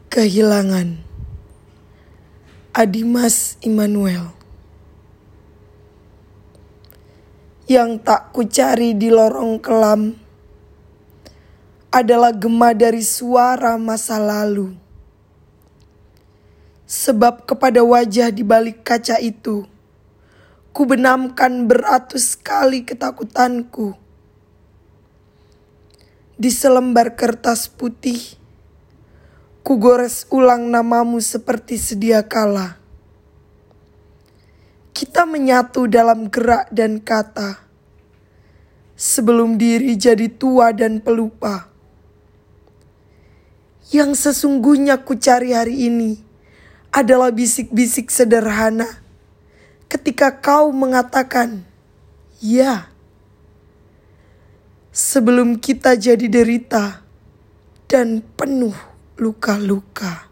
Kehilangan. Adimas Immanuel. Yang tak kucari di lorong kelam adalah gema dari suara masa lalu. Sebab kepada wajah di balik kaca itu, ku benamkan beratus kali ketakutanku. Di selembar kertas putih, ku gores ulang namamu seperti sedia kala. Kita menyatu dalam gerak dan kata, sebelum diri jadi tua dan pelupa. Yang sesungguhnya ku cari hari ini adalah bisik-bisik sederhana ketika kau mengatakan, ya. Sebelum kita jadi derita dan penuh luka-luka.